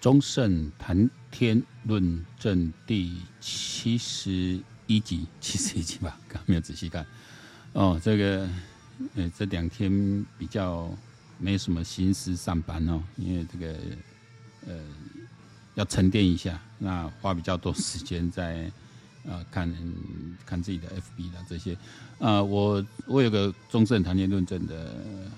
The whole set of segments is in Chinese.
中盛谈天论证第71集吧，刚没有仔细看。哦，这个这2天比较没什么心思上班哦，因为这个要沉淀一下，那花比较多时间在看自己的 FB 啦这些。我有个中盛谈天论证的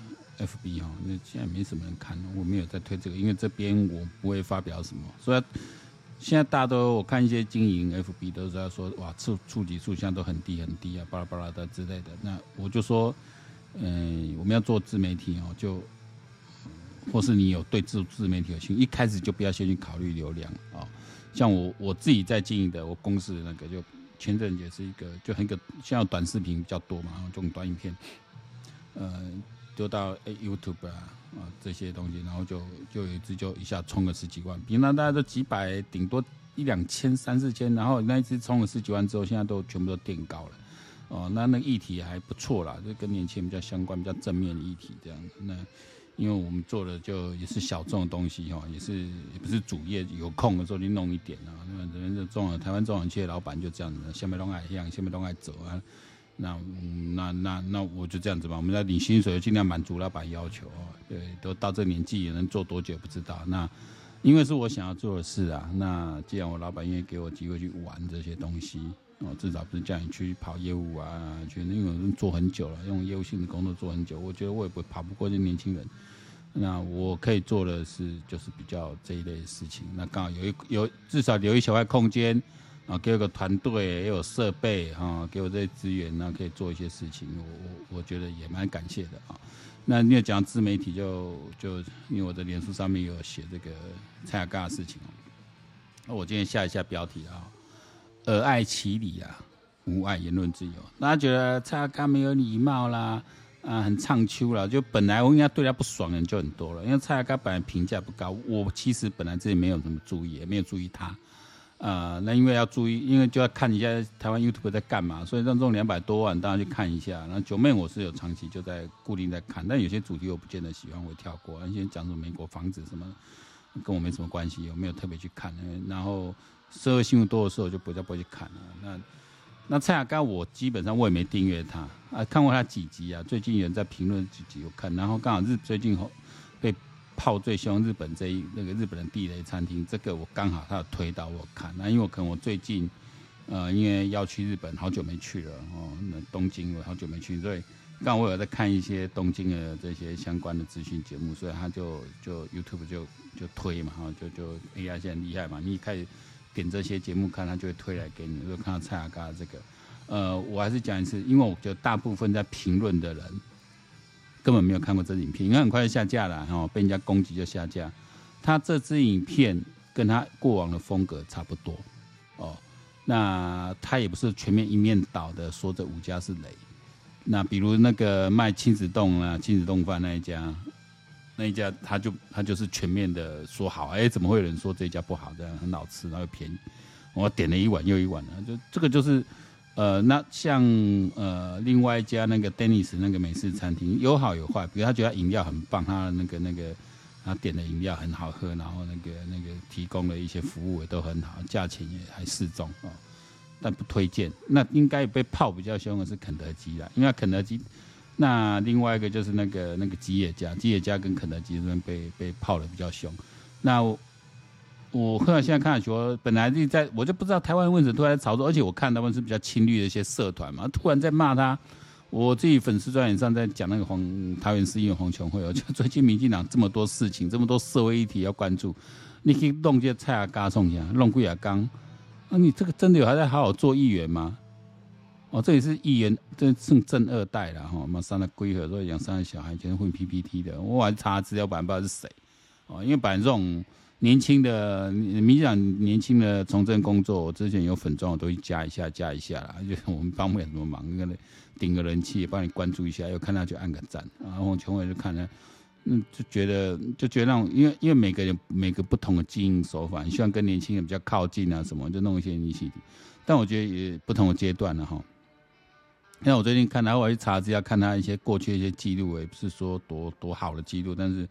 FB 哈，那现在没什么人看，我没有在推这个，因为这边我不会发表什么，所以现在大家都我看一些经营 FB 都是在说哇触及数现在都很低很低啊，巴拉巴拉的之类的。那我就说，我们要做自媒体哦，就或是你有对自媒体有兴趣，一开始就不要先去考虑流量啊。像我自己在经营的，我公司的那个就前阵也是一个就很现在短视频比较多嘛，这种短影片，丢到YouTube 这些东西，然后就有一支就一下冲了10几万，平常大家都几百，顶多1、2千、3、4千，然后那一支冲了10几万之后，现在都全部都垫高了。哦，那个议题还不错啦，就跟年轻人比较相关、比较正面的议题这样子。那因为我们做的就也是小众的东西哈，也不是主业，有空的时候就弄一点啊。那人就台湾中小企业老板就这样子，下面都爱一样，下面都爱走啊。那我就这样子吧，我们在领薪水尽量满足老板要求哦。对，都到这个年纪也能做多久不知道。那因为是我想要做的事啊，那既然我老板愿意给我机会去玩这些东西哦，至少不是叫你去跑业务啊，因为我做很久了，用业务性的工作做很久，我觉得我也不跑不过这年轻人。那我可以做的是就是比较这一类的事情。那刚好至少留一小块空间。给我个团队，也有设备给我这些资源，那可以做一些事情，我觉得也蛮感谢的啊。那你也讲自媒体就因为我的脸书上面有写这个蔡雅嘎的事情那我今天下一下标题啊，尔爱其理啊，无碍言论自由。大家觉得蔡雅嘎没有礼貌啦，很唱秋啦，就本来我应该对他不爽的人就很多了，因为蔡雅嘎本来评价不高，我其实本来自己没有什么注意，也没有注意他。那因为要注意，因为就要看一下台湾 YouTube 在干嘛，所以这种200多万当然去看一下。然后九妹我是有长期就在固定在看，但有些主题我不见得喜欢，我跳过。那些讲什么美国房子什么，跟我没什么关系，我没有特别去看。然后社会新闻多的时候，我就不会去看了。那蔡雅嘎我基本上我也没订阅他看过他几集啊，最近有人在评论几集我看，然后刚好最近被炮最凶日本那个日本的地雷餐厅，这个我刚好他有推到我看，那因为可能我最近因为要去日本，好久没去了那东京我好久没去，所以刚好我有在看一些东京的这些相关的资讯节目，所以他就 YouTube 就推嘛就 AI 现在很厉害嘛，你一开始点这些节目看，他就会推来给你，就看到蔡雅嘎这个我还是讲一次，因为我觉得大部分在评论的人根本没有看过这支影片，因为很快就下架了被人家攻击就下架。他这支影片跟他过往的风格差不多那他也不是全面一面倒的说这5家是雷。那比如那个卖亲子冻饭那一家他就是全面的说好，怎么会有人说这一家不好，这样很好吃，然后又便宜，我点了一碗又一碗就这个就是。那像另外一家那个 Dennis 那个美式餐厅有好有坏，比如他觉得饮料很棒，他那个他点的饮料很好喝，然后那个提供的一些服务也都很好，价钱也还适中但不推荐。那应该被炮比较凶的是肯德基啦，因为肯德基那另外一个就是那个吉野家跟肯德基这边被炮的比较凶。那我后来现在看说，本来我就不知道台湾为什么突然在炒作，而且我看他们是比较亲绿的一些社团嘛，突然在骂他。我自己粉丝专页上在讲那个桃园市议员黄琼慧，我觉得最近民进党这么多事情，这么多社会议题要关注，你可以弄这蔡雅嘎送下，弄几啊刚，你这个真的有还在好好做议员吗？这也是议员，这是正2代了马上的规划说养3个小孩，以前混 PPT 的，我还查资料版不知道是谁因为本来这种。年轻的民进党年轻的从政工作，我之前有粉专我都会加一下啦，就是我们帮不了什么忙，顶个人气，帮你关注一下，又看到就按个赞，然后琼伟就看了，就觉得那种，因为每个人每个不同的经营手法，你希望跟年轻人比较靠近啊什么，就弄一些一起，但我觉得也不同的阶段了因为我最近看他，我去查资料看他一些过去的一些记录，也不是说多好的记录，但是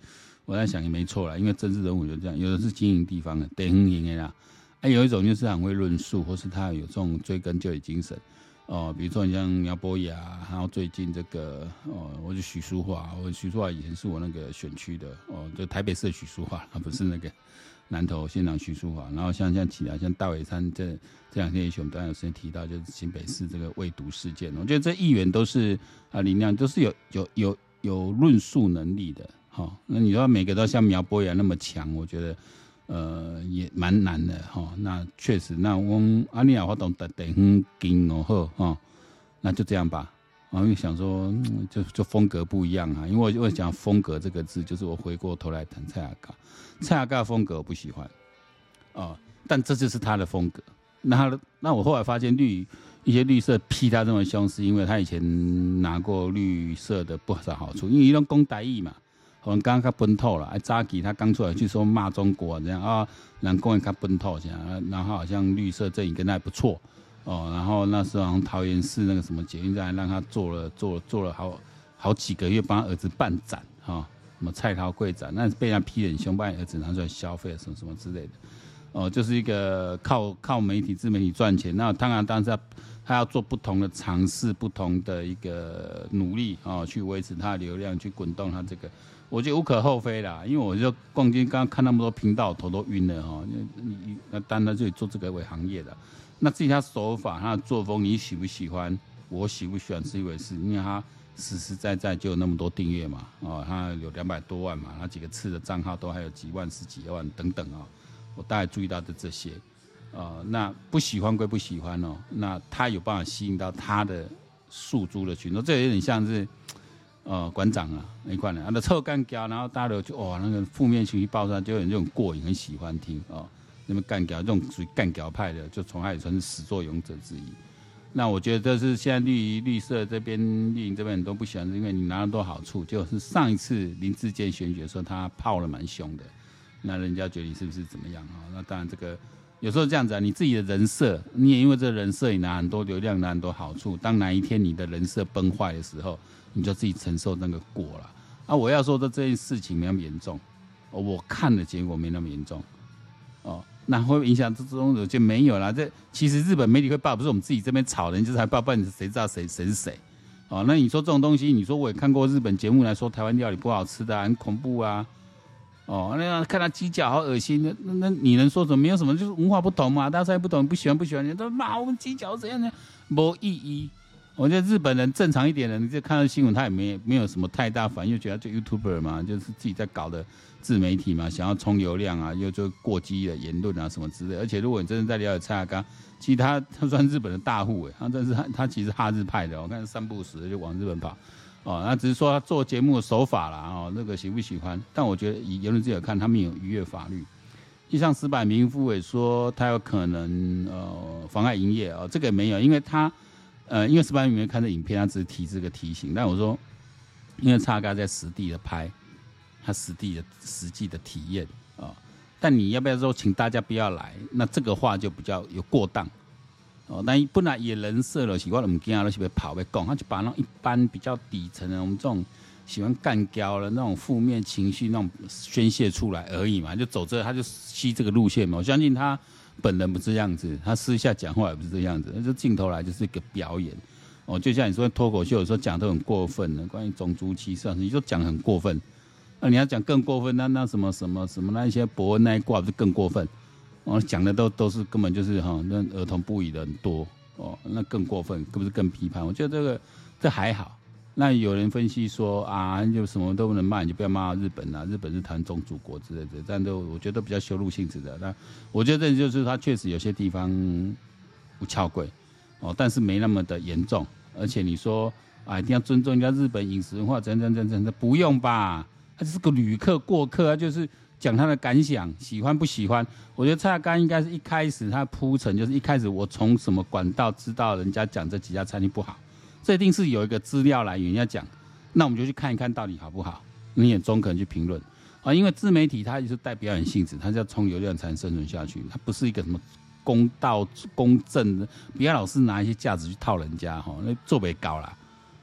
我在想也没错啦，因为政治人物就这样，有的是经营地方的，得很赢的啦。有一种就是很会论述，或是他有这种追根究底精神。比如说你像苗博雅，然后最近这个我就许淑华，许淑华以前是我那个选区的就台北市的许淑华，不是那个南投县长许淑华。然后像其他像戴伟山这两天也许我们当然有时间提到，就是新北市这个未读事件，我觉得这议员都是力量都是有论述能力的。那你说每个都像苗博雅那么强，我觉得也蛮难的那确实，那我你也活动等经好那就这样吧。因为想说就风格不一样因为我讲风格这个字，就是我回过头来谈蔡阿嘎的风格我不喜欢但这就是他的风格。那我后来发现一些绿色批他这么凶，是因为他以前拿过绿色的不少好处，因为他都讲台语嘛。可能刚刚较本土了，早期他刚出来去说骂中国这样人讲的较本土这样，然后好像绿色阵营跟他还不错然后那时候好像桃园市那个什么捷运站让他做了好几个月，帮他儿子办展什么蔡桃贵展，那被他批很凶，把儿子拿出来消费什么之类的就是一个靠自媒体赚钱。那当然他要做不同的尝试，不同的一个努力去维持他的流量，去滚动他这个。我觉得无可厚非啦，因为我就逛街，刚刚看那么多频道，头都晕了那当然就做这个为行业的，那至于他手法、他的作风，你喜不喜欢？我喜不喜欢是一回事，因为他实实在在就有那么多订阅嘛，他有200多万嘛，他几个次的账号都还有几万、10几万等等我大概注意到的这些那不喜欢归不喜欢那他有办法吸引到他的诉诸的群众，这有点像是。馆长那块的那臭干胶，然后大家就那个负面情绪爆炸，就有人这种过瘾，很喜欢听那么干胶这种属于干胶派的，就从海里算是始作俑者之一。那我觉得这是现在绿色这边绿营这边人都不喜欢，是因为你拿了多好处，就是上一次林智坚选举的时候，他炮了蛮凶的，那人家觉得你是不是怎么样那当然这个有时候这样子你自己的人设，你也因为这个人设你拿很多流量，拿很多好处，当哪一天你的人设崩坏的时候，你就自己承受那个果了我要说的这件事情没那么严重我看的结果没那么严重那会影响这种我觉得没有啦。这其实日本媒体会报，不是我们自己这边吵人，就是还报，不然谁知道谁是谁那你说这种东西，你说我也看过日本节目来说台湾料理不好吃的很恐怖那看他鸡脚好恶心，那你能说什么？没有什么，就是文化不同嘛，大家不懂，不喜欢，你都骂我们鸡脚怎样呢？没意义。我觉得日本人正常一点的，你就看到新闻，他也没有什么太大反应，就觉得就 YouTuber 嘛，就是自己在搞的自媒体嘛，想要冲流量又就过激的言论什么之类的。而且如果你真的在了解蔡阿嘎，其实他算日本的大户他其实哈日派的，我看3不5时就往日本跑那只是说他做节目的手法啦那个喜不喜欢？但我觉得以言论自由看，他们有逾越法律。就像石柏明夫也说，他有可能妨碍营业这个没有，因为他。因为18年看这影片，他只是提这个提醒。但我说，因为叉嘎在实地的拍，他实际的体验但你要不要说请大家不要来？那这个话就比较有过当但本来也人设了，喜欢我们今都是被跑被讲，他就把那种一般比较底层的我们这种喜欢干胶的那种负面情绪那种宣泄出来而已嘛，就走他就吸这个路线嘛。我相信他。本人不是这样子，他私下讲话也不是这样子，那镜头来就是一个表演就像你说脱口秀有时候讲都很过分的，关于种族歧视你就讲很过分你要讲更过分，那什么那一些伯恩那一挂不是更过分讲的都是根本就是那儿童不宜的很多那更过分，不是更批判？我觉得这还好。那有人分析说就什么都不能骂，你就不要骂日本日本是谈宗主国之类的，但都我觉得比较羞辱性质的。那我觉得就是他确实有些地方不俏贵但是没那么的严重。而且你说一定要尊重人家日本饮食文化，怎样，不用吧？他只是个旅客过客，他就是讲他的感想，喜欢不喜欢？我觉得蔡阿嘎应该是一开始他铺陈，就是一开始我从什么管道知道人家讲这几家餐厅不好。这一定是有一个资料来源要讲，那我们就去看一看到底好不好，你也中肯去评论因为自媒体它也是带表演性质，它是要冲流量才能生存下去，它不是一个什么公道公正的，不要老是拿一些价值去套人家那做不高啦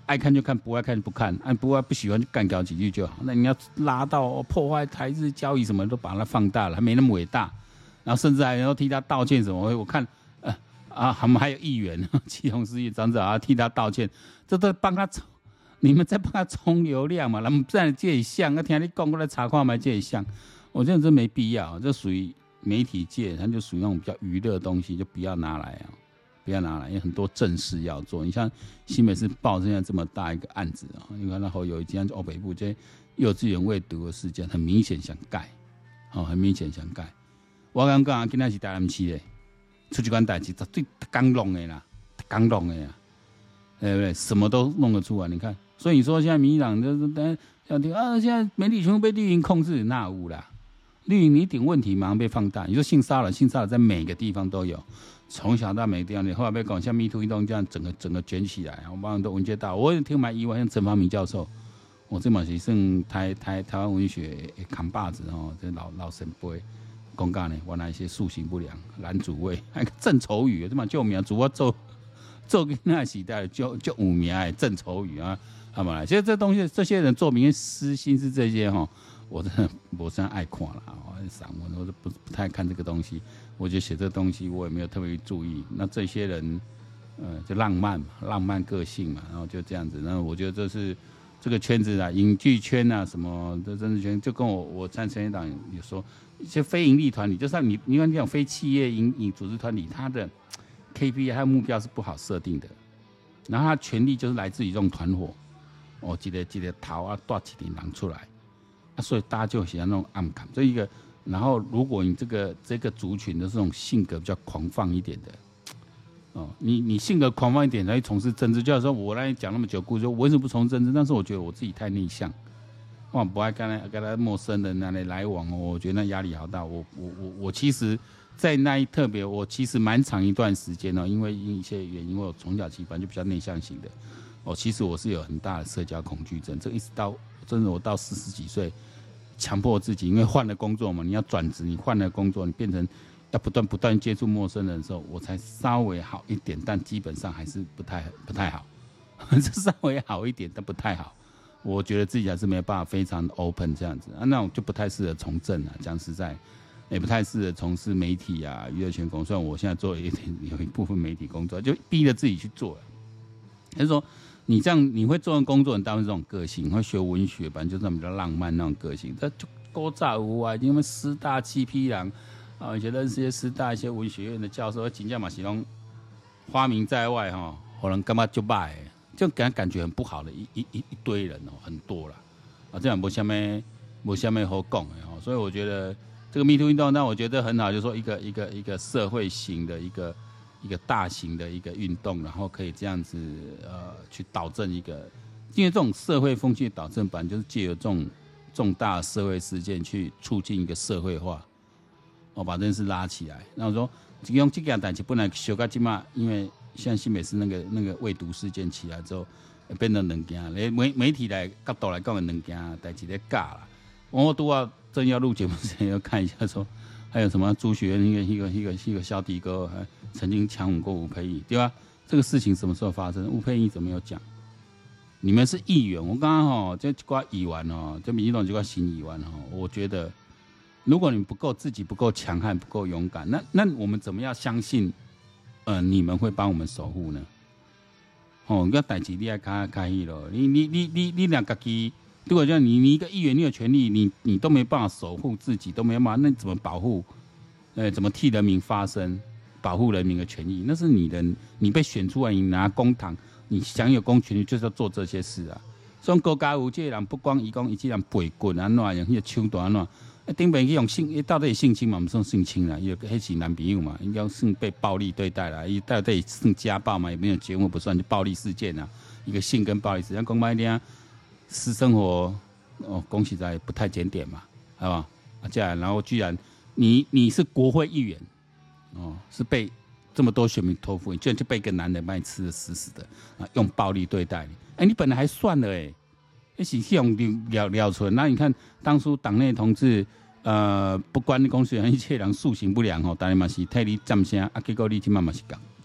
爱看就看，不爱看就不看，不喜欢就干掉几句就好。那你要拉到破坏台日交易什么都把它放大了，还没那么伟大。然后甚至还要替他道歉什么？我看我们还有议员祁宏斯长子替他道歉，这都帮他你们在帮他冲流量嘛？他们在这里像，我听你讲过来查看嘛，这里像，我觉得这没必要，这属于媒体界，它就属于那种比较娱乐的东西，就不要拿来啊。不要拿来，因为很多正事要做。你像新北市报现在这么大一个案子你看那后有一件欧北部这幼稚园未读的事件，很明显想盖，很明显想盖。我刚刚今天是台南市的，出去管代志，绝对刚弄的啦，刚弄的啦，对不对？什么都弄得出来。你看，所以你说现在民进党就是要听现在媒体全部被绿营控制，那有啦。绿营你一点问题马上被放大。你说性骚扰在每个地方都有。从小到每个地方，你后来被讲像 MeToo 运动这样，整个卷起来，我帮人都文件大，我也听蛮意外，像陈方明教授，我这嘛是算台湾文学的扛把子这老前辈讲讲呢，原来一些塑形不良、男主位，还有郑愁予，这嘛救命，主要做跟那时代就有名的郑愁予他们来，其实这东西，这些人做名私心是这些我真的不是爱看啦，散文我都不太看这个东西。我觉得写这个东西我也没有特别注意。那这些人，就浪漫个性嘛，然后就这样子。然后我觉得这是这个圈子影剧圈什么的政治圈，就跟我参政党有说，一些非营利团体，就像你看这种非企业营组织团体，它的 KPI 它的目标是不好设定的，然后它权力就是来自于这种团伙，一个头带一群人出来。所以大家就喜欢那种暗砍这一个，然后如果你这个族群的这种性格比较狂放一点的，你性格狂放一点来从事政治，就像说我来讲那么久故事，我为什么不从事政治？但是我觉得我自己太内向，我不爱跟他陌生人来往我觉得那压力好大。我其实，在那一特别，我其实蛮长一段时间因为一些原因，我从小起本就比较内向型的，其实我是有很大的社交恐惧症，这一直到真的我到40几岁。强迫自己，因为换了工作嘛，你要转职，你换了工作，你变成要不断接触陌生人的时候，我才稍微好一点，但基本上还是不太好，是稍微好一点，但不太好。我觉得自己还是没有办法非常 open 这样子那种就不太适合从政讲实在，也不太适合从事媒体娱乐圈工作。虽然我现在做有一部分媒体工作，就逼着自己去做就是说。你这样你会做的工作，你当然是这种个性，会学文学，反正就这种比较浪漫那种个性。这就古早有因为师大七批人以前认识一些师大一些文学院的教授，真正嘛是拢花名在外可能干嘛就歹，就给他感觉很不好的一堆人很多啦这样没什么好讲的所以我觉得这个 MeToo 运动，那我觉得很好，就是说一个社会型的一个大型的一个运动，然后可以这样子去导正一个，因为这种社会风气导正版就是借由这种重大的社会事件去促进一个社会化，把这件事拉起来。然后说用这件代志本来小到现在，因为现在新北市那个未读事件起来之后，变成两件，媒体来角度来讲的两件代志在尬啦。我都要正要录节目之前要看一下说。还有什么朱学院一个小弟哥曾经强吻过吴佩仪，对吧？这个事情什么时候发生？吴佩仪怎么有讲？你们是议员，我刚刚这挂议员这民进党这挂新议员我觉得如果你自己不够强悍，不够勇敢，那我们怎么样相信你们会帮我们守护呢？那代志你要开意了，你两个己。如果叫你一个议员，你有权利，你都没办法守护自己，都没办法，那你怎么保护？怎么替人民发声，保护人民的权益？那是你的，你被选出来，你拿公帑，你享有公权力，就是要做这些事所以国家有这个人不光伊讲，伊这人背棍啊，那样，迄个手段啊，顶边去用性，到底性侵嘛？不算性侵啦，因为迄是男朋友嘛，应该算被暴力对待啦，伊到底算家暴嘛？也没有结婚不算，就暴力事件一个性跟暴力事件，讲白一点。私生活恭喜在不太检点嘛，好吧？这样，然后居然你是国会议员是被这么多选民托付，你居然就被一个男人把你吃得死死的用暴力对待你，你本来还算了你是用了存，那你看当初党内同志不管你公司一切人素行不良大家嘛是替你站声结果你今晚嘛是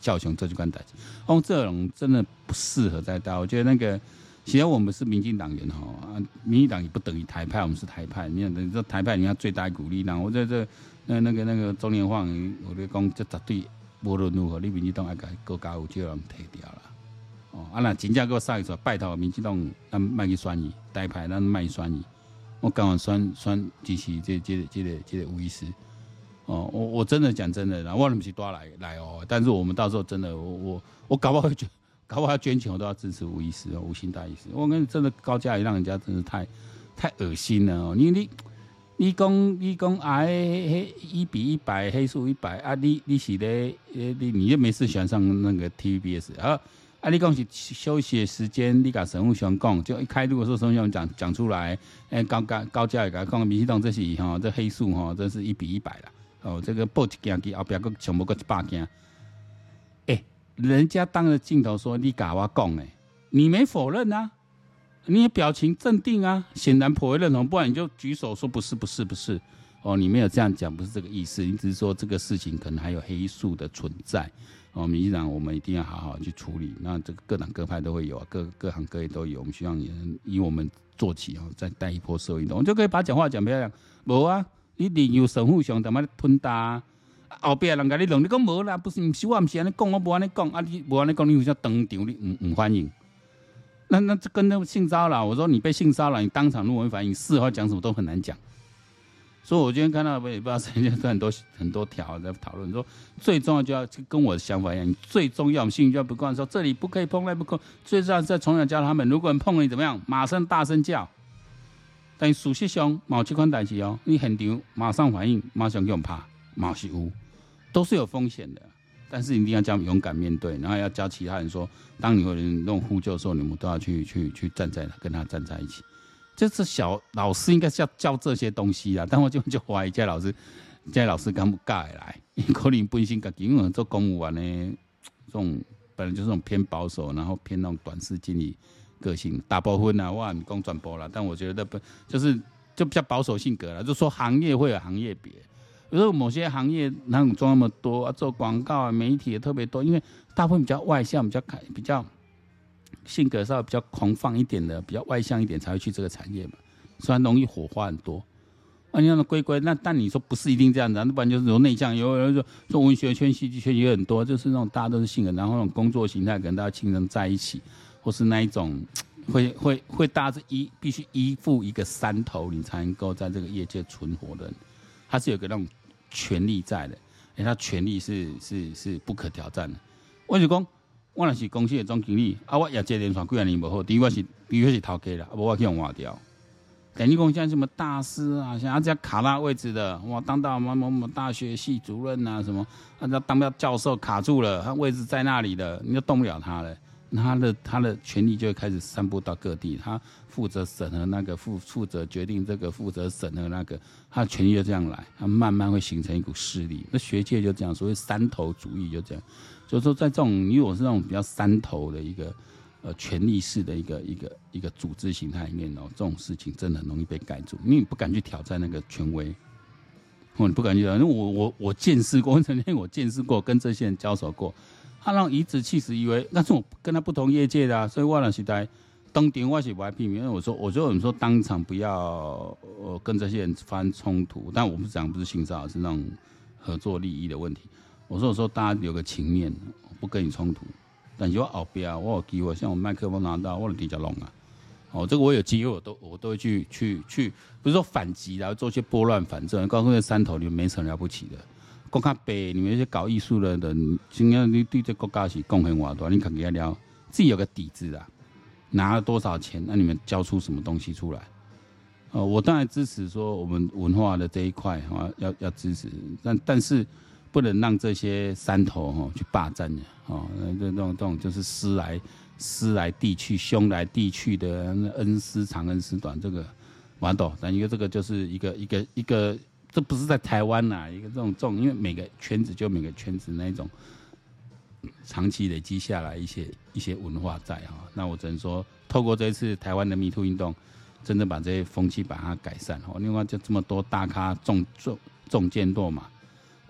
叫熊这就干代志。这种真的不适合在大。我觉得那个，其实我们是民进党员民进党也不等于台派，我们是台派。你看，这台派你要最大鼓励，然后我在这那个中年晃，我就讲这绝对无论如何，你民进党要甲国家有就让提掉了。那真正给我上一出，拜托民进党，咱卖去选伊，台派咱卖选伊。我刚好选支持这个吴医师。我真的讲真的，然后我不是多来但是我们到时候真的，我搞不好要捐钱，我都要支持吴医师吴兴大医师。我跟真的高价也让人家真的太恶心了你讲黑1:100黑数100啊，你是咧你又没事喜欢上那个 TVBS 你讲是休息的时间，你甲沈富雄讲，就一开路的时候，沈富雄讲出来，高价也甲讲，民进党这是这黑数这是1:100啦。这个报一件机后边佫全部佫100件。人家当着镜头说你甲我讲你没否认啊，你也表情镇定啊，显然颇为认同，不然你就举手说不是。你没有这样讲，不是这个意思，你只是说这个事情可能还有黑数的存在。民进党我们一定要好好去处理。那这个各党各派都会有各行各业都有。我们希望也能以我们做起再带一波社会运动，我们就可以把讲话讲漂亮。无啊，你利用沈富雄他妈吞大，后边人家你弄，你讲无啦，不是我不是安尼讲，我无安尼讲你无安尼讲，你有啥当场你唔欢迎？那这跟那性骚扰，我说你被性骚扰，你当场如果没反应，事后讲什么都很难讲。所以我今天看到也不知道谁家很多条在讨论说，最重要就要跟我的想法一样，最重要兴趣要不光说这里不可以碰，那不可以，最重要是在从小教他们，如果人碰了你怎么样，马上大声叫。但事实上冇这款代志你现场马上反应，马上用怕，嘛是有，都是有风险的。但是一定要这样勇敢面对，然后要教其他人说，当你有人那种呼救的时候，你们都要去站在跟他站在一起。这小老师应该是要教这些东西啊，但我就怀疑这老师敢不教会来？可能本身自己因为做公务员呢，这种本来就是这种偏保守，然后偏那种短视经理个性，大部分我也不讲全部啦，但我觉得就比较保守性格啦，就说行业会有行业别。有时候某些行业哪种做那么多做广告媒体也特别多，因为大部分比较外向，比较性格稍微比较狂放一点的，比较外向一点才会去这个产业嘛，虽然容易火花很多。你让归那但你说不是一定这样子啊，不然就是有内向，有人说文学圈、戏剧圈也很多，就是那种大家都是性格，然后那种工作形态可能大家亲人在一起，或是那一种会大家是必须依附一个山头，你才能够在这个业界存活的人，他是有个那种权力在的，他权力是不可挑战的。我就讲。我若是公司的总经理，我业绩连续几年无好，第一我是头家啦，无我去用换掉。等于讲像什么大师啊，像这卡那位置的，哇，当到某某大学系主任啊，什么，当到教授卡住了，他位置在那里的，你就动不了他了。他的权力就会开始散布到各地，他负责审核那个，负责决定这个，负责审核那个，他的权力就这样来，他慢慢会形成一股势力。那学界就这样，所谓山头主义就这样。就是说，在这种如果是那种比较山头的一个权力式的一个组织形态里面这种事情真的很容易被盖住，因为你不敢去挑战那个权威，你不敢去挑战。因为我见识过，曾经我见识过，跟这些人交手过，他让颐指气使，以为那是我跟他不同业界的啊，所以我那时代当庭我是不爱批评，因为我说你说当场不要跟这些人发生冲突，但我们讲不是性骚扰，是那种合作利益的问题。我说大家有个情面，不跟你冲突，但是我后边我有机会，像我麦克风拿到，我就直接弄啊。这个我有机会，我都会去，不是说反击，然后做些拨乱反正，告诉那山头你们没什么了不起的。国家北，你们那些搞艺术的人，今天你对这国家是贡献多大，你可以聊自己有个底子啊，拿了多少钱，那你们交出什么东西出来？我当然支持说我们文化的这一块要支持，但是。不能让这些山头去霸占的这种就是师来地去、凶来地去的恩师长恩师短，这个完懂。但因为这个就是一个，这不是在台湾呐，一个这种，因为每个圈子就每个圈子那一种长期累积下来一些文化在那我只能说，透过这一次台湾的MeToo运动，真的把这些风气把它改善另外就这么多大咖中箭落马。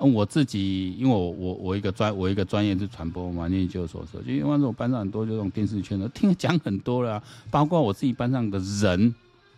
我自己，因为我一个专业是传播嘛，念研究所的时候，就因为我班上很多就这种电视圈的，听讲很多了、啊，包括我自己班上的人，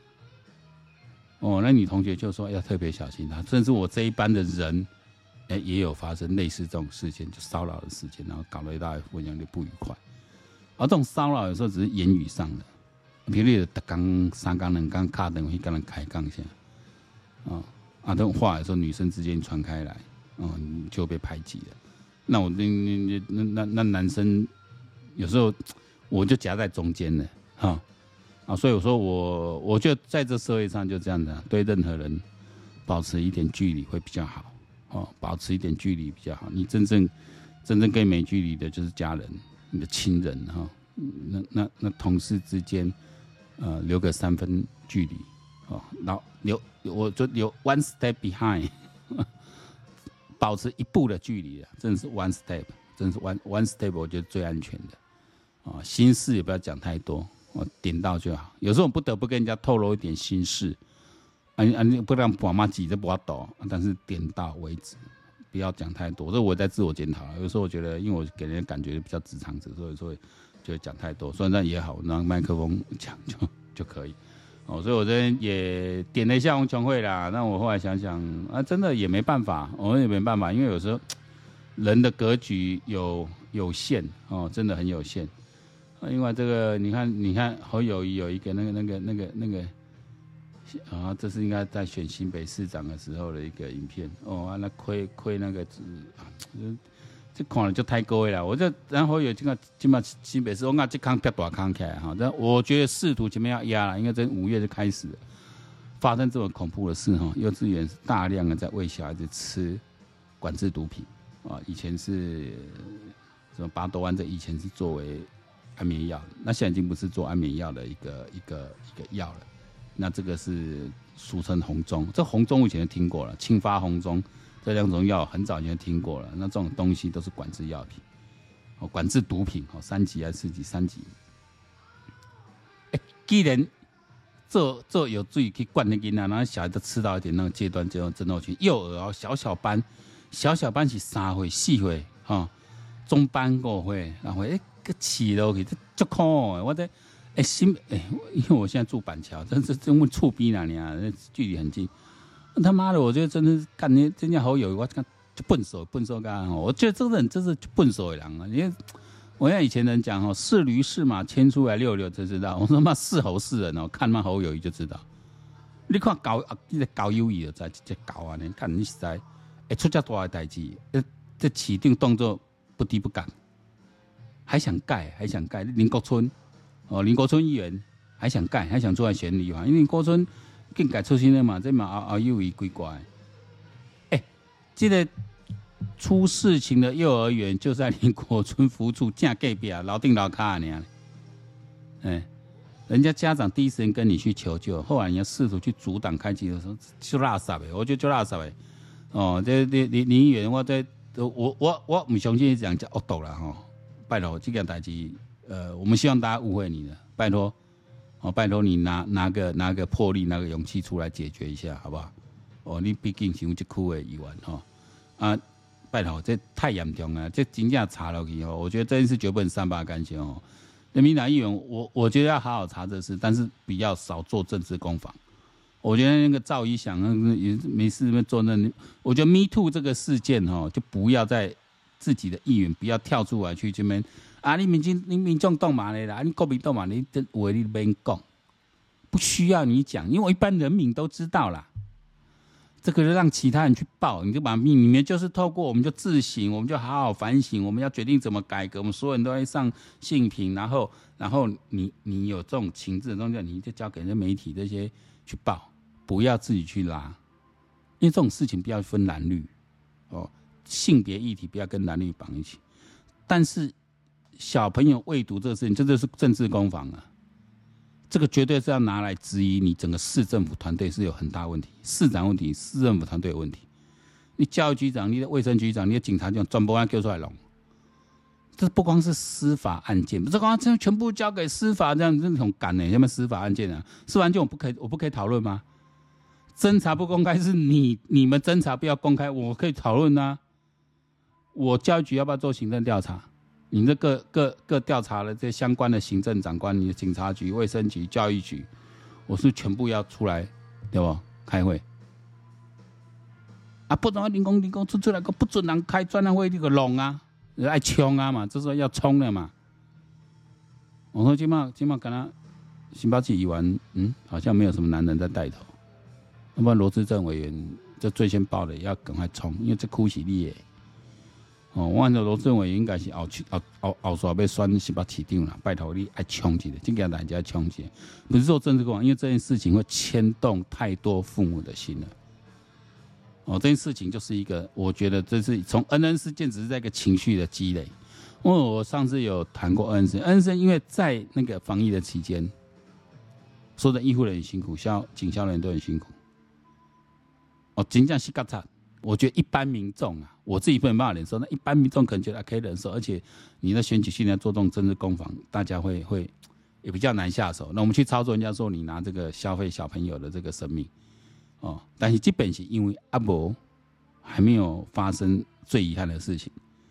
那女同学就说要特别小心他，甚至我这一班的人，也有发生类似这种事件，就骚扰的事件，然后搞了一大混淆的不愉快。而这种骚扰有时候只是言语上的，比如你刚三刚两刚卡等会跟人开杠下，这种话有时候女生之间传开来。就被排挤了。那我那男生有时候我就夹在中间了，所以我说我觉得在这社会上就这样的，对任何人保持一点距离会比较好，保持一点距离比较好。你真正跟你没距离的就是家人、你的亲人那同事之间留个3分距离然后我就留 one step behind。保持一步的距离啊，真的是 one step， 真的是 one step， 我觉得最安全的心事也不要讲太多，点到就好。有时候我不得不跟人家透露一点心事，你不让爸妈急着不要抖，但是点到为止，不要讲太多。这我在自我检讨，有时候我觉得，因为我给人的感觉比较直肠子，所以说就会讲太多。虽然那也好，拿麦克风讲就可以。所以我这边也点了一下红琼会啦。那我后来想想真的也没办法，我也没办法，因为有时候人的格局有限真的很有限。另外这个你看侯友宜有一个那个这是应该在选新北市长的时候的一个影片那亏那个这看了就太高了，我这然后有这个基本上新北市我这康比较大康起来但我觉得试图前面要压了，因为这5月就开始了发生这么恐怖的事幼稚园是大量的在喂小孩子吃管制毒品以前是什么8多万，这以前是作为安眠药，那现在已经不是做安眠药的一个药了，那这个是俗称红中，这红中我以前就听过了，庆发红中。这2种药很早以前听过了，那这种东西都是管制药品，管制毒品，3级还是4级？3级。既然做有水去灌那囡仔，然后小孩子吃到一点那个阶段，就症候群。幼儿小班是3岁、4岁中班5岁，然后个起落去，这足苦的。我在因为我现在住板桥，这问厝边那里距离很近。他妈的，我觉得真的是干你真正好友，我看就笨手干我觉得这个人真是笨手的人因为我像以前人讲是驴是马牵出来遛就知道。我说妈是猴是人看妈侯友宜就知道。你看你的高友谊就知这高你看你实在出这大的代志，这起定动作不低不敢，还想盖。林国春议员还想盖，还想出来选立法，因为林国春。更改出身的嘛，这嘛熬幼儿鬼怪。这个出事情的幼儿园就在林国春服处正隔壁楼顶楼卡呢。人家家长第一时间跟你去求救，后来你要试图去阻挡开机的时候，就垃圾的，我觉得就垃圾的。这林议员，我不相信这样叫恶毒了拜托，这件代志，我们希望大家误会你了，拜托。拜托你拿个魄力，拿个勇气出来解决一下，好不好？你毕竟是这区的议员拜托，这太严重了，这真正查下去我觉得这件事绝不能善罢甘休民党议员，我觉得要好好查这事，但是比较少做政治攻防。我觉得那个赵一翔也没事做那，我觉得 Me Too 这个事件就不要在自己的议员不要跳出来去这边。你民众动嘛的啦，你国民动嘛，你这话你别讲，不需要你讲，因为一般人民都知道啦。这个让其他人去报，你就把你们就是透过我们就自省，我们就好好反省，我们要决定怎么改革，我们所有人都在上性平，然后你有这种情志的东西，你就交给人家媒体这些去报，不要自己去拉，因为这种事情不要分蓝绿性别议题不要跟蓝绿绑一起，但是。小朋友未读这个事情，这就是政治攻防啊！这个绝对是要拿来质疑你整个市政府团队是有很大问题，市长问题，市政府团队有问题。你教育局长、你的卫生局长、你的警察局长，全部要叫出来弄。这不光是司法案件，这光全部交给司法这样种干的，什么司法案件啊？司法案件我不可以讨论吗？ 侦查不公开是你们侦查不要公开，我可以讨论啊。我教育局要不要做行政调查？你这各调查了这相关的行政长官，你的警察局、卫生局、教育局，我是全部要出来，对不？开会啊，不准零工出来个不准人开专案会，你个弄啊，爱冲啊嘛，这时候要冲了嘛。我说今嘛跟他新北市议员，好像没有什么男人在带头，要不然罗志正委员这最先报的要赶快冲，因为这哭是你的。我按照罗志正委员应该是后刷要选新北市长啦，拜托你爱冲起来，这件大家冲起来，不是做政治攻防，因为这件事情会牵动太多父母的心了。这件事情就是一个，我觉得这是从恩恩事件只是在一个情绪的积累。因为我上次有谈过恩恩事件，因为在那个防疫的期间，所有的医护人员辛苦，警消人员都很辛苦。真正是觉惨。我觉得一般民众啊，我自己不能办法忍受，那一般民众可能觉得可以忍受，而且你的选举训练做这种政治攻防，大家会也比较难下手。那我们去操作，人家说你拿这个消费小朋友的这个生命，但是基本是因为阿伯还没有发生最遗憾的事情，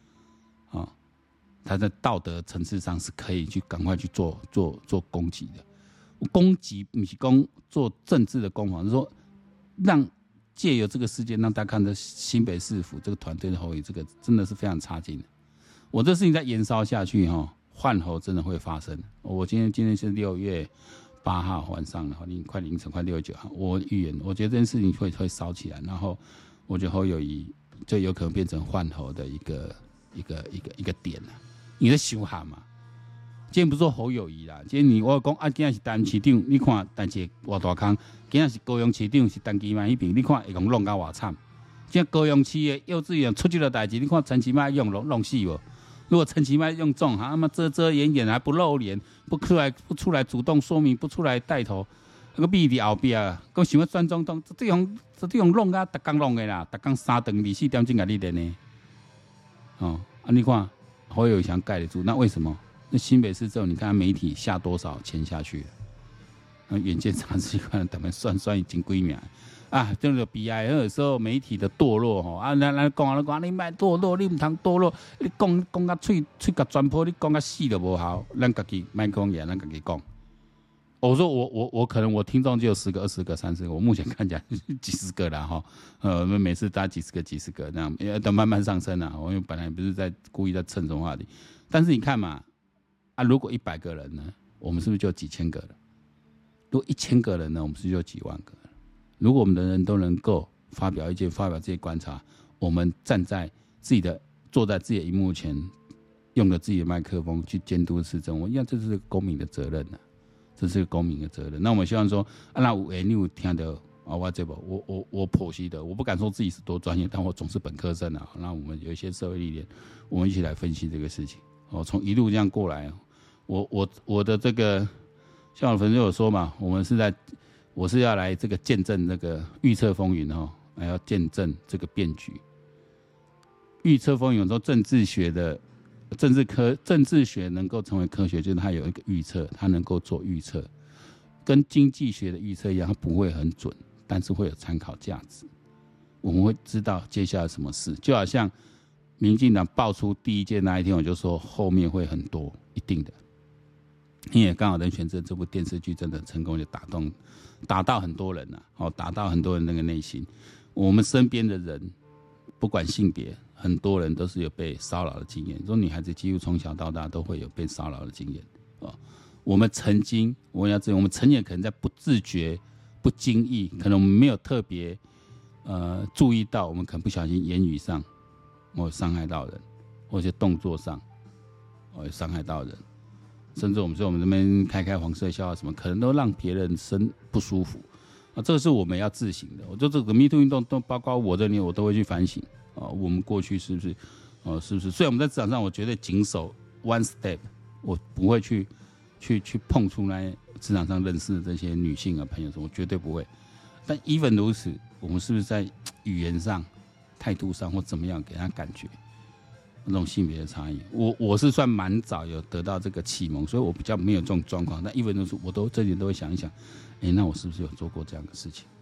他在道德层次上是可以去赶快去做攻击的。攻击不是做政治的攻防，是说让。借由这个事件，让大家看到新北市府这个团队的侯友宜，这个真的是非常差劲的。我这事情再延烧下去，换侯真的会发生。我今天是6月8号晚上了，快凌晨，快6月9号，我预言，我觉得这件事情会烧起来，然后我觉得侯友宜就有可能变成换侯的一个点了。你在想喊嘛？今天不是说侯友宜啦，今天我讲今天是台南市长，你看但是偌大坑，今天是高雄市长是陈其迈那边，你看会讲弄到偌惨。今天高雄市的幼稚园出这个代志，你看陈其迈弄死无？如果陈其迈用中，他妈遮掩还不露脸，不出来主动说明，不出来带头，那个秘伫后壁啊，讲想要选总统，这种弄啊，逐工弄的啦，逐工3顿24点钟给你练的。你看侯友宜想盖得住，那为什么？那新北市政府，你看媒体下多少钱下去了？那远见杂志看他们算已经几名啊，这个悲哀。有时候媒体的堕落咱讲你卖堕落，你唔通堕落，你讲到嘴甲钻破，你讲到死都无效，咱家己卖讲嘢，咱家己讲。我说我可能我听众就有10个、20个、30个，我目前看起来几十个啦每次大家几十个那样，要慢慢上升啦。我本来不是在故意在蹭什么话题，但是你看嘛。如果100个人呢，我们是不是就几千个了？如果1000个人呢，我们是不是就几万个了？如果我们的人都能够发表意见、发表这些观察，我们坐在自己的荧幕前，用着自己的麦克风去监督市政，我一样这是公民的责任啊，这是个公民的责任。那我们希望说，那你有听到我这我剖析的，我不敢说自己是多专业，但我总是本科生啊。那我们有一些社会历练，我们一起来分析这个事情。从一路这样过来，我的这个像我的粉丝有说嘛，我是要来这个见证这个预测风云还要见证这个变局。预测风云有时候政治学能够成为科学，就是它有一个预测，它能够做预测，跟经济学的预测一样，它不会很准，但是会有参考价值。我们会知道接下来什么事，就好像。民进党爆出第一届那一天，我就说后面会很多，一定的。因为刚好《人选之人》这部电视剧真的成功，就打到很多人打到很多人那个内心。我们身边的人，不管性别，很多人都是有被骚扰的经验。说女孩子几乎从小到大都会有被骚扰的经验我们曾经，我们曾经可能在不自觉、不经意，可能我们没有特别注意到，我们可能不小心言语上。我伤害到人，或者动作上，我伤害到人，甚至我们说我们这边开黄色笑话什么，可能都让别人不舒服这个是我们要自省的。我觉得这个 MeToo 运动都包括我这里，我都会去反省我们过去是不是？虽然我们在职场上，我绝对谨守 one step， 我不会去碰触那些职场上认识的这些女性朋友，我绝对不会。但 even 如此，我们是不是在语言上？态度上或怎么样给他感觉那种性别的差异，我是算蛮早有得到这个启蒙，所以我比较没有这种状况。但一分钟我都这点都会想一想，那我是不是有做过这样的事情？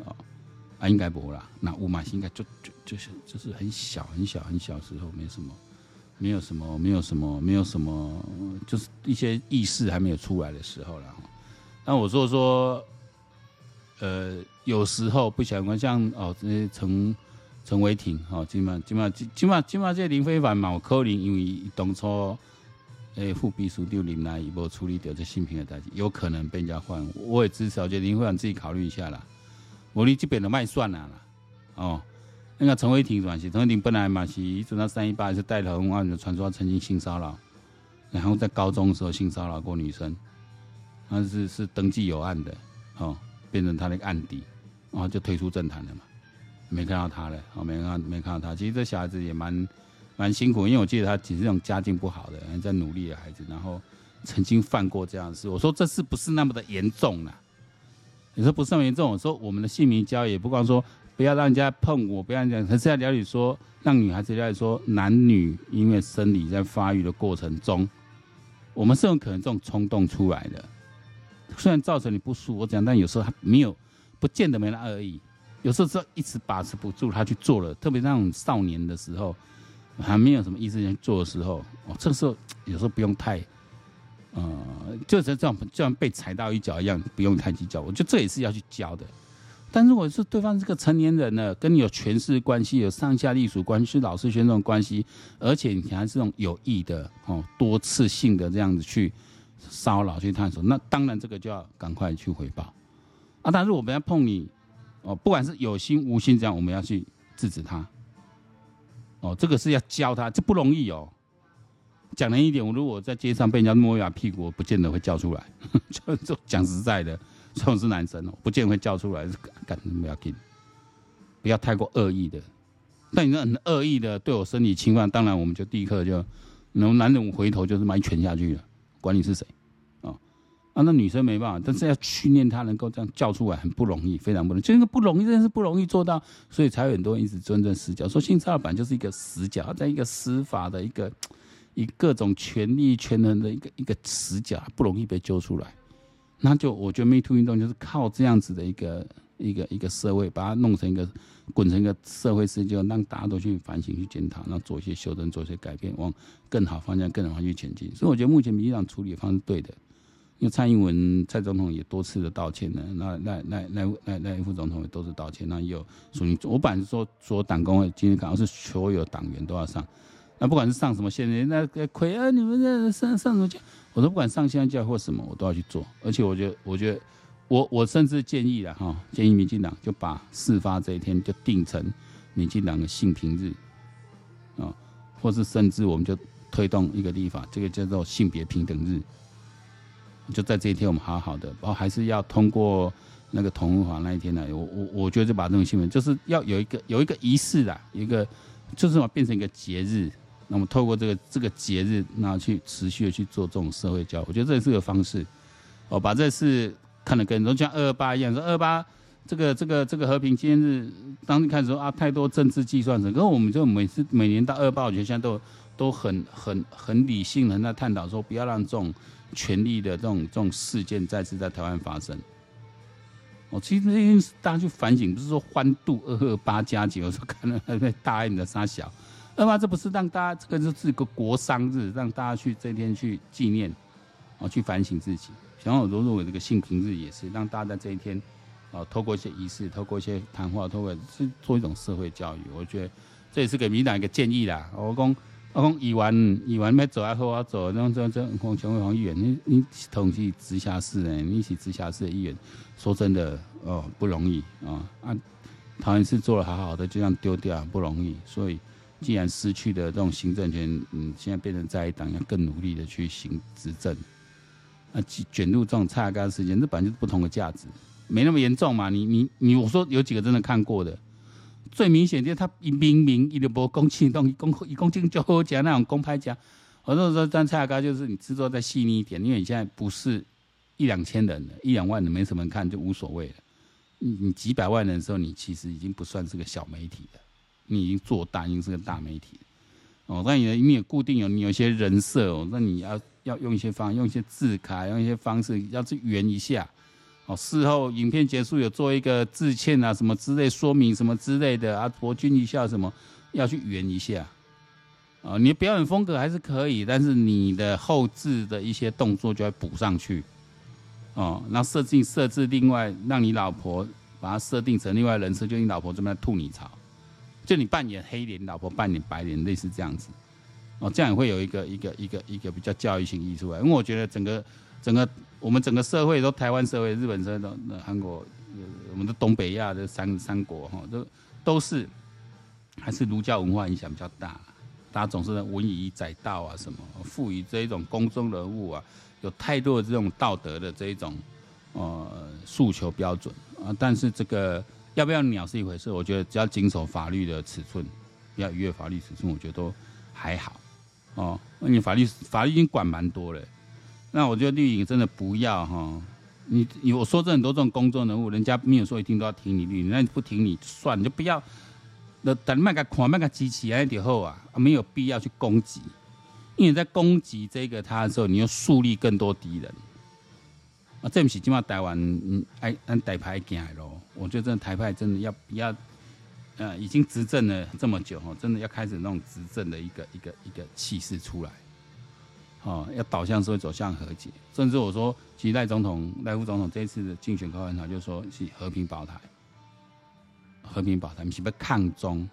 哦，啊应该不啦，那乌马是应该就是很小时候没有什么，就是一些意识还没有出来的时候啦。那我说，有时候不想讲像哦，这些陈伟霆哦，今嘛这林非凡嘛，有可能因为当初副秘书长林来伊无处理掉这性平的代志，有可能被人家换。我也支持，我觉得林非凡自己考虑一下啦。我你这边的卖算啦哦。那个陈伟霆是陈伟霆本来嘛是一直到318是带头案，传说他曾经性骚扰，然后在高中的时候性骚扰过女生，他是登记有案的哦，变成他的案底，然后就退出政坛了嘛。没看到他了，没看到他。其实这小孩子也蛮辛苦，因为我记得他只是那种家境不好的，在努力的孩子，然后曾经犯过这样的事。我说这事不是那么的严重啦，你说不是那么严重。我说我们的性平教育也不光说不要让人家碰我，不要讲，可是要了解说，让女孩子了解说，男女因为生理在发育的过程中，我们是有可能这种冲动出来的。虽然造成你不舒服，我讲，但有时候他没有，不见得没那恶意。有时候是一直把持不住，他去做了，特别那种少年的时候，还没有什么意识去做的时候，哦，这个时候有时候不用太，就是这样被踩到一脚一样，不用太计较。我觉得这也是要去教的。但如果是对方是个成年人了，跟你有权势关系、有上下隶属关系、是老师学生这种关系，而且你还是这种有意的、多次性的这样子去骚扰、去探索，那当然这个就要赶快去回报啊。但是我们要碰你。不管是有心无心，这样我们要去制止他。这个是要教他，这不容易哦。讲人一点，我如果在街上被人家摸一下屁股，我不见得会叫出来。就讲实在的，这种是男生哦，不见得会叫出来。干不要紧，不要太过恶意的。但你很恶意的对我身体侵犯，当然我们就立刻就，男人回头就是一拳下去了，管你是谁。那女生没办法，但是要训练她能够这样叫出来，很不容易，非常不容易。就那个不容易，真的是不容易做到，所以才有很多人一直尊正死角，说性骚扰本来就是一个死角，在一个司法的以各种权力权衡的一个死角，不容易被揪出来。那就我觉得 Me Too 运动就是靠这样子的一个社会，把它弄成滚成一个社会事件，让大家都去反省、去检讨，然后做一些修正、做一些改变，往更好方向、更好去前进。所以我觉得目前民进党处理的方式对的。因为蔡英文蔡总统也多次的道歉了，那副总统也都是道歉，那也有属于我本来是说党工会今天考是所有党员都要上，那不管是上什么线，那亏啊你们这上什么教，我说不管上线教或什么我都要去做，而且我觉得我甚至建议了哈，建议民进党就把事发这一天就定成民进党的性平日啊，或是甚至我们就推动一个立法，这个叫做性别平等日。就在这一天，我们好好的，然后还是要通过那个同婚法那一天呢。我觉得就把这种新闻，就是要有一个仪式啦，有一个就是把变成一个节日。那么透过这个节日，然后去持续的去做这种社会教育，我觉得这也是个方式。把这事看得更多，像228一样，说228这个和平纪念日，当你开始说啊，太多政治计算着，可是我们就每年到228，我觉得现在都很理性的在探讨说，不要让这种权力的这种事件再次在台湾发生。其实大家去反省，不是说欢度228加9，我说看了大爱你的杀小228，这不是让大家，这个就是一个国殇日，让大家去这天去纪念，去反省自己。然后如果这个性平日也是让大家在这一天，透过一些仪式，透过一些谈话，透过是做一种社会教育。我觉得这也是给民进党一个建议啦。我讲议员要走还好啊走，这黄雄伟议员，你同是直辖市的，你是直辖市的议员，说真的不容易桃园市做得好好的，就这样丢掉不容易。所以既然失去的这种行政权，现在变成在野党要更努力的去行执政。卷入这种蔡阿嘎事件，这本来就是不同的价值，没那么严重嘛。你我说有几个真的看过的。最明显就是他明明他就没讲清楚，他讲清就好讲那种公派讲。我说但蔡阿嘎就是你制作再细腻一点，因为你现在不是1-2千人了，1-2万人没什么人看就无所谓了。你几百万人的时候，你其实已经不算是个小媒体了，你已经做大，已经是个大媒体了。那你也固定你有一些人设那你要用一些方法，用一些字卡，用一些方式要去圆一下。 事后影片结束有做一个致歉啊，什么之类说明什么之类的啊，博君一笑什么，要去圆一下。你的表演风格还是可以，但是你的后置的一些动作就要补上去。那设置另外，让你老婆把它设定成另外人设，就你老婆这边吐你槽，就你扮演黑脸，老婆扮演白脸，类似这样子。这样也会有一个比较教育性意义出来，因为我觉得我们整个社会都台湾社会、日本社会、韩国、我们的东北亚的三国都是还是儒教文化影响比较大，大家总是文以载道啊什么，赋予这一种公众人物啊有太多的这种道德的这一种诉求标准啊，但是这个要不要鸟是一回事，我觉得只要谨守法律的尺寸，不要逾越法律尺寸，我觉得都还好。因为法律已经管蛮多了，那我觉得绿营真的不要我说这很多这种公众人物，人家没有说一定都要挺你绿营，那你不挺你算，你就不要，等慢个看慢个机器安就好啊，没有必要去攻击，因为你在攻击这个他的时候，你又树立更多敌人这不是今嘛台湾按台派行的咯，我觉得真的台派真的要不要？已经执政了这么久，真的要开始那种执政的一个气势出来，要导向社会走向和解，甚至我说，其实赖副总统这一次的竞选高喊他就说是和平保台，和平保台，不是要抗中，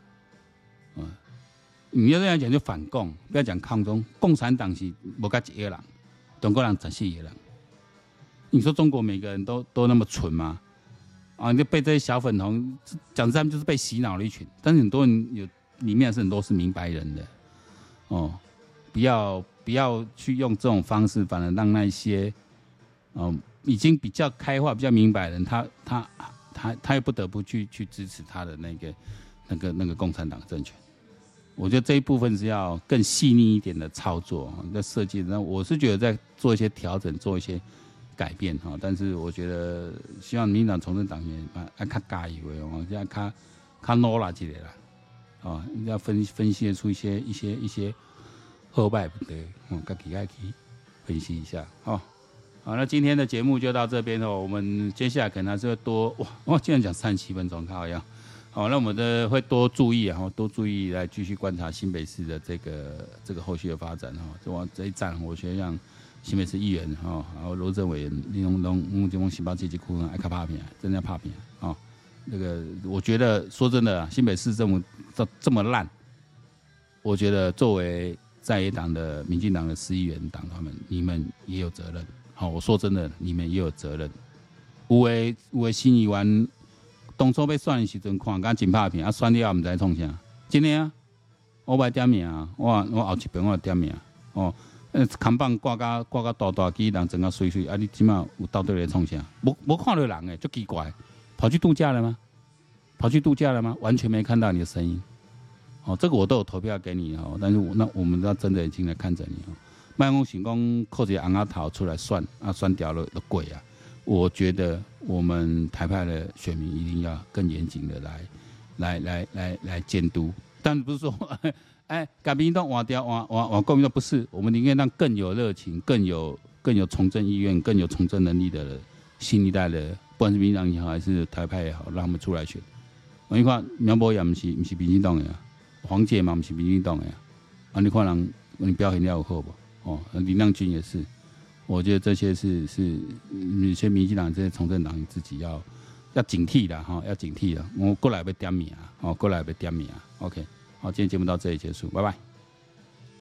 你要这样讲就反共，不要讲抗中，共产党是没甲一个人，中国人14个人，你说中国每个人都那么蠢吗？你就被这些小粉红讲他们就是被洗脑了一群，但是很多人里面是很多是明白人的，不要去用这种方式，反而让那些已经比较开化、比较明白的人，他又不得不去支持他的那个共产党政权。我觉得这一部分是要更细腻一点的操作，在设计。那我是觉得在做一些调整，做一些改变但是我觉得希望民进党从政党员要较加油的要较努力一点啦，要分析出一些好坏不对，自己要去分析一下好，那今天的节目就到这边我们接下来可能还是会多哇，竟然讲37分钟，靠呀！好，那我们会多注意多注意来继续观察新北市的这个后续的发展这一站，我觉得让新北市议员还有罗政委员，你拢这种新北市这区爱较拍片，真的要拍片那个我觉得说真的新北市这么烂，我觉得作为在野党的民进党的市议员党，你们也有责任。我说真的，你们也有责任。有的新议员当初要选的时阵，看敢真拍片，选了唔知创啥，真的我不点名我后一边我点名看板挂到大机，人整个水你起码有到底在创啥？没看到人就奇怪，跑去度假了吗？完全没看到你的声音。这个我都有投票给你但是我们要睁着眼睛来看着你卖讲想讲扣一个红头出来算算掉了鬼啊！我觉得我们台派的选民一定要更严谨的来监督，但不是说改民党换掉换国民党，不是，我们宁愿让更有热情、更有从政意愿、更有从政能力的新一代的，不管是民进党也好，还是台派也好，让他们出来选。你看苗博雅不是民进党的黄捷嘛不是民进党的你看人你表现了有好不？林亮君也是，我觉得这些是有些民进党这些从政党自己要警惕的要警惕的。我过来要点名过来要点名 OK。好，今天节目到这里结束，拜拜。